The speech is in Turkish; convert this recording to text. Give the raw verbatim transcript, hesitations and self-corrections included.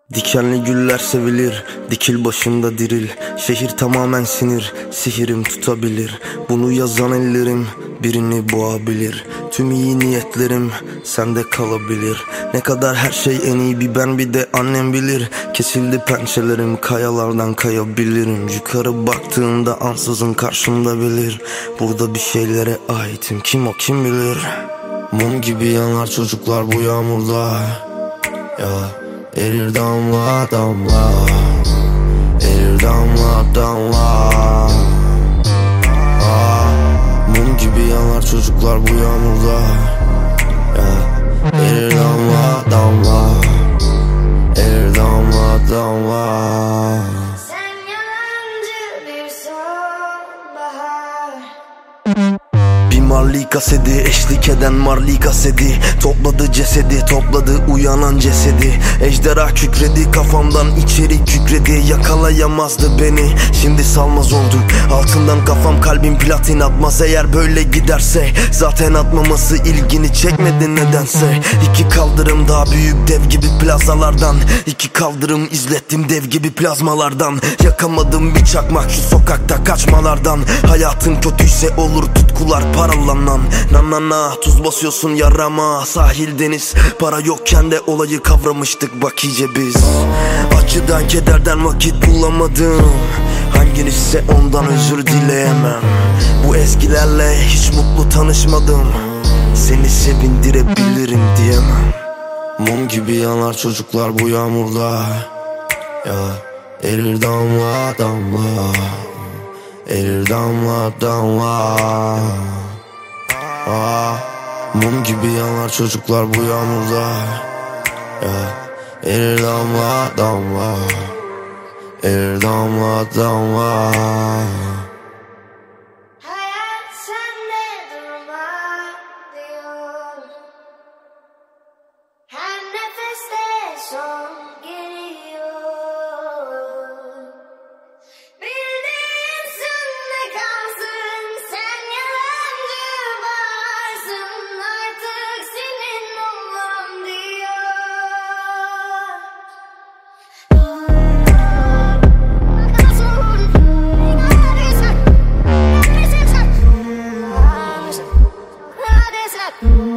Dikenli güller sevilir, dikil başında diril. Şehir tamamen sinir, sihirim tutabilir. Bunu yazan ellerim birini boğabilir. Tüm iyi niyetlerim sende kalabilir. Ne kadar her şey en iyi bir ben bir de annem bilir. Kesildi pençelerim, kayalardan kayabilirim. Yukarı baktığımda ansızın karşımda belir. Burada bir şeylere aitim, kim o kim bilir. Mum gibi yanar çocuklar bu yağmurda. Ya erir damla damla, erir damla damla. ah, Mum gibi yanar çocuklar bu yağmurda. Ya erir damla damla, erir damla damla. Sen yalancı bir sonbahar. Bir Marley kaseti, eşlik eden Marley kaseti. Topladı cesedi, topladı uyanan cesedi. Ejderha kükredi, kafamdan içeri kükredi. Yakalayamazdı beni, şimdi salmaz olduk. Altından kafam, kalbim platin atmaz eğer böyle giderse. Zaten atmaması ilgini çekmedi nedense. İki kaldırım daha büyük dev gibi plazalardan. İki kaldırım izlettim dev gibi plazmalardan. Yakamadım bir çakmak şu sokakta kaçmalardan. Hayatın kötüyse olur tutkular paralanan. Na na na tuz basıyorsun yarama. Sahil deniz, para yokken de olayı kavramıştık bak iyice biz. Acıdan kederden vakit bulamadım. Hanginizse ondan özür dileyemem. Bu ezgilerle hiç mutlu tanışmadım. Seni sevindirebilirim diyemem. Mum gibi yanar çocuklar bu yağmurda. Ya erir damla damla, erir damla damla. ah, Mum gibi yanar çocuklar bu yağmurda. Ya erir damla damla, erir damla damla. Hayat sende durma diyor. Her nefeste son geliyor. Bildiğin sende kalsın. Sen yalancı varsın. Artık senin olmam diyor.